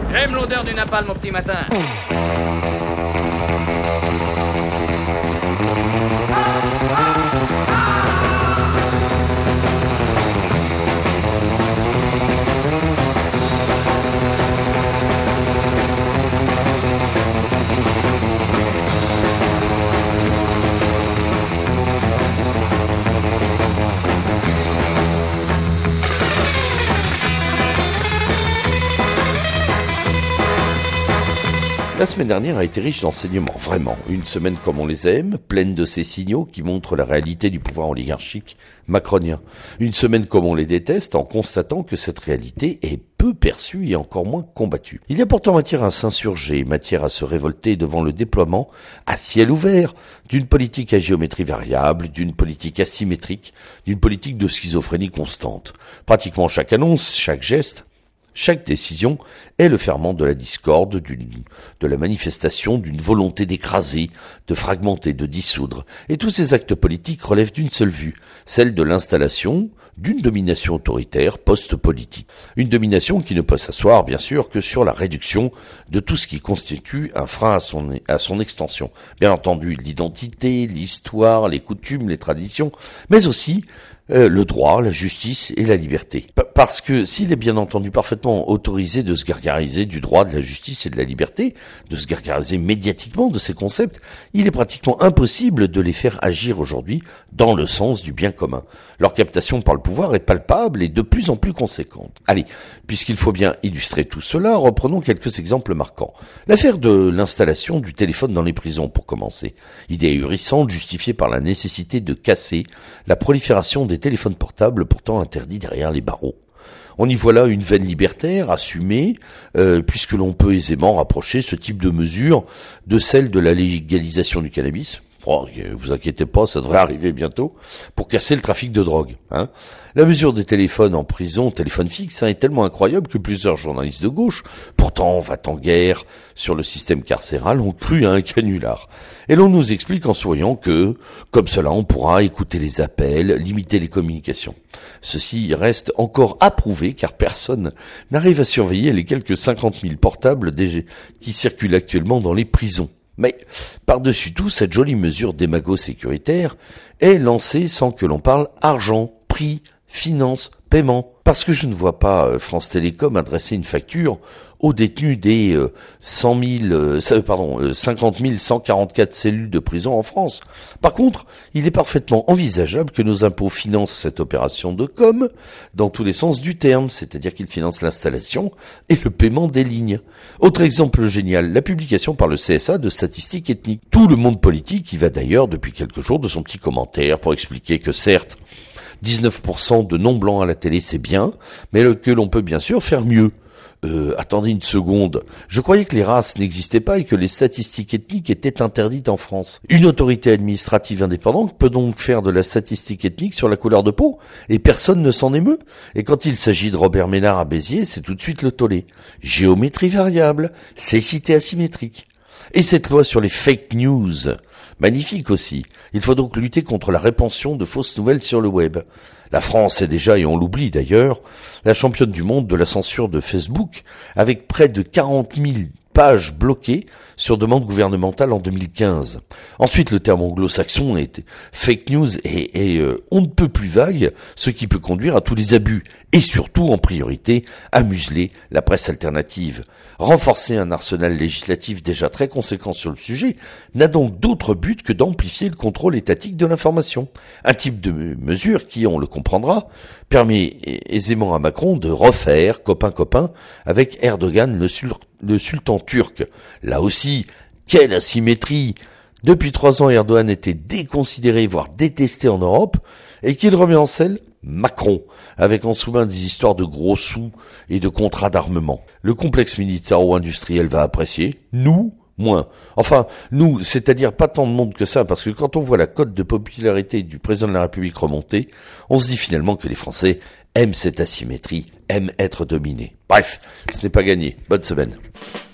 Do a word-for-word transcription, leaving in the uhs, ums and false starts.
J'aime l'odeur du napalm au petit matin. La semaine dernière a été riche d'enseignements, vraiment. Une semaine comme on les aime, pleine de ces signaux qui montrent la réalité du pouvoir oligarchique macronien. Une semaine comme on les déteste, en constatant que cette réalité est peu perçue et encore moins combattue. Il y a pourtant matière à s'insurger, matière à se révolter devant le déploiement, à ciel ouvert, d'une politique à géométrie variable, d'une politique asymétrique, d'une politique de schizophrénie constante. Pratiquement chaque annonce, chaque geste, chaque décision est le ferment de la discorde, d'une, de la manifestation, d'une volonté d'écraser, de fragmenter, de dissoudre. Et tous ces actes politiques relèvent d'une seule vue, celle de l'installation d'une domination autoritaire post-politique. Une domination qui ne peut s'asseoir, bien sûr, que sur la réduction de tout ce qui constitue un frein à son, à son extension. Bien entendu, l'identité, l'histoire, les coutumes, les traditions, mais aussi Euh, le droit, la justice et la liberté. P- parce que s'il est bien entendu parfaitement autorisé de se gargariser du droit, de la justice et de la liberté, de se gargariser médiatiquement de ces concepts, il est pratiquement impossible de les faire agir aujourd'hui dans le sens du bien commun. Leur captation par le pouvoir est palpable et de plus en plus conséquente. Allez, puisqu'il faut bien illustrer tout cela, reprenons quelques exemples marquants. L'affaire de l'installation du téléphone dans les prisons, pour commencer. Idée ahurissante justifiée par la nécessité de casser la prolifération des téléphones portables pourtant interdits derrière les barreaux. On y voit là une veine libertaire assumée, euh, puisque l'on peut aisément rapprocher ce type de mesure de celle de la légalisation du cannabis. Oh, vous inquiétez pas, ça devrait arriver bientôt, pour casser le trafic de drogue. Hein. La mesure des téléphones en prison, téléphone fixe, hein, est tellement incroyable que plusieurs journalistes de gauche, pourtant va-t-en-guerre sur le système carcéral, ont cru à un canular. Et l'on nous explique en souriant que, comme cela, on pourra écouter les appels, limiter les communications. Ceci reste encore à prouver, car personne n'arrive à surveiller les quelques cinquante mille portables qui circulent actuellement dans les prisons. Mais, par-dessus tout, cette jolie mesure démago-sécuritaire est lancée sans que l'on parle argent, prix, finance, paiement. Parce que je ne vois pas France Télécom adresser une facture aux détenus des euh, cent mille, euh, pardon, euh, cinquante mille cent quarante-quatre cellules de prison en France. Par contre, il est parfaitement envisageable que nos impôts financent cette opération de com dans tous les sens du terme, c'est-à-dire qu'ils financent l'installation et le paiement des lignes. Autre exemple génial, la publication par le C S A de statistiques ethniques. Tout le monde politique y va d'ailleurs depuis quelques jours de son petit commentaire pour expliquer que certes, dix-neuf pour cent de non-blancs à la télé c'est bien, mais que l'on peut bien sûr faire mieux. Euh, attendez une seconde. Je croyais que les races n'existaient pas et que les statistiques ethniques étaient interdites en France. Une autorité administrative indépendante peut donc faire de la statistique ethnique sur la couleur de peau et personne ne s'en émeut. Et quand il s'agit de Robert Ménard à Béziers, c'est tout de suite le tollé. Géométrie variable, cécité asymétrique. Et cette loi sur les fake news, magnifique aussi. Il faut donc lutter contre la répansion de fausses nouvelles sur le web. La France est déjà, et on l'oublie d'ailleurs, la championne du monde de la censure de Facebook, avec près de quarante mille pages bloquées sur demande gouvernementale en deux mille quinze. Ensuite, le terme anglo-saxon est fake news et, et euh, on ne peut plus vague, ce qui peut conduire à tous les abus. Et surtout, en priorité, à museler la presse alternative. Renforcer un arsenal législatif déjà très conséquent sur le sujet n'a donc d'autre but que d'amplifier le contrôle étatique de l'information. Un type de mesure qui, on le comprendra, permet aisément à Macron de refaire copain-copain avec Erdogan, le, sul- le sultan turc. Là aussi, quelle asymétrie! Depuis trois ans, Erdogan était déconsidéré, voire détesté en Europe, et qu'il remet en selle Macron, avec en sous-main des histoires de gros sous et de contrats d'armement. Le complexe militaro-industriel va apprécier, nous, moins. Enfin, nous, c'est-à-dire pas tant de monde que ça, parce que quand on voit la cote de popularité du président de la République remonter, on se dit finalement que les Français aiment cette asymétrie, aiment être dominés. Bref, ce n'est pas gagné. Bonne semaine.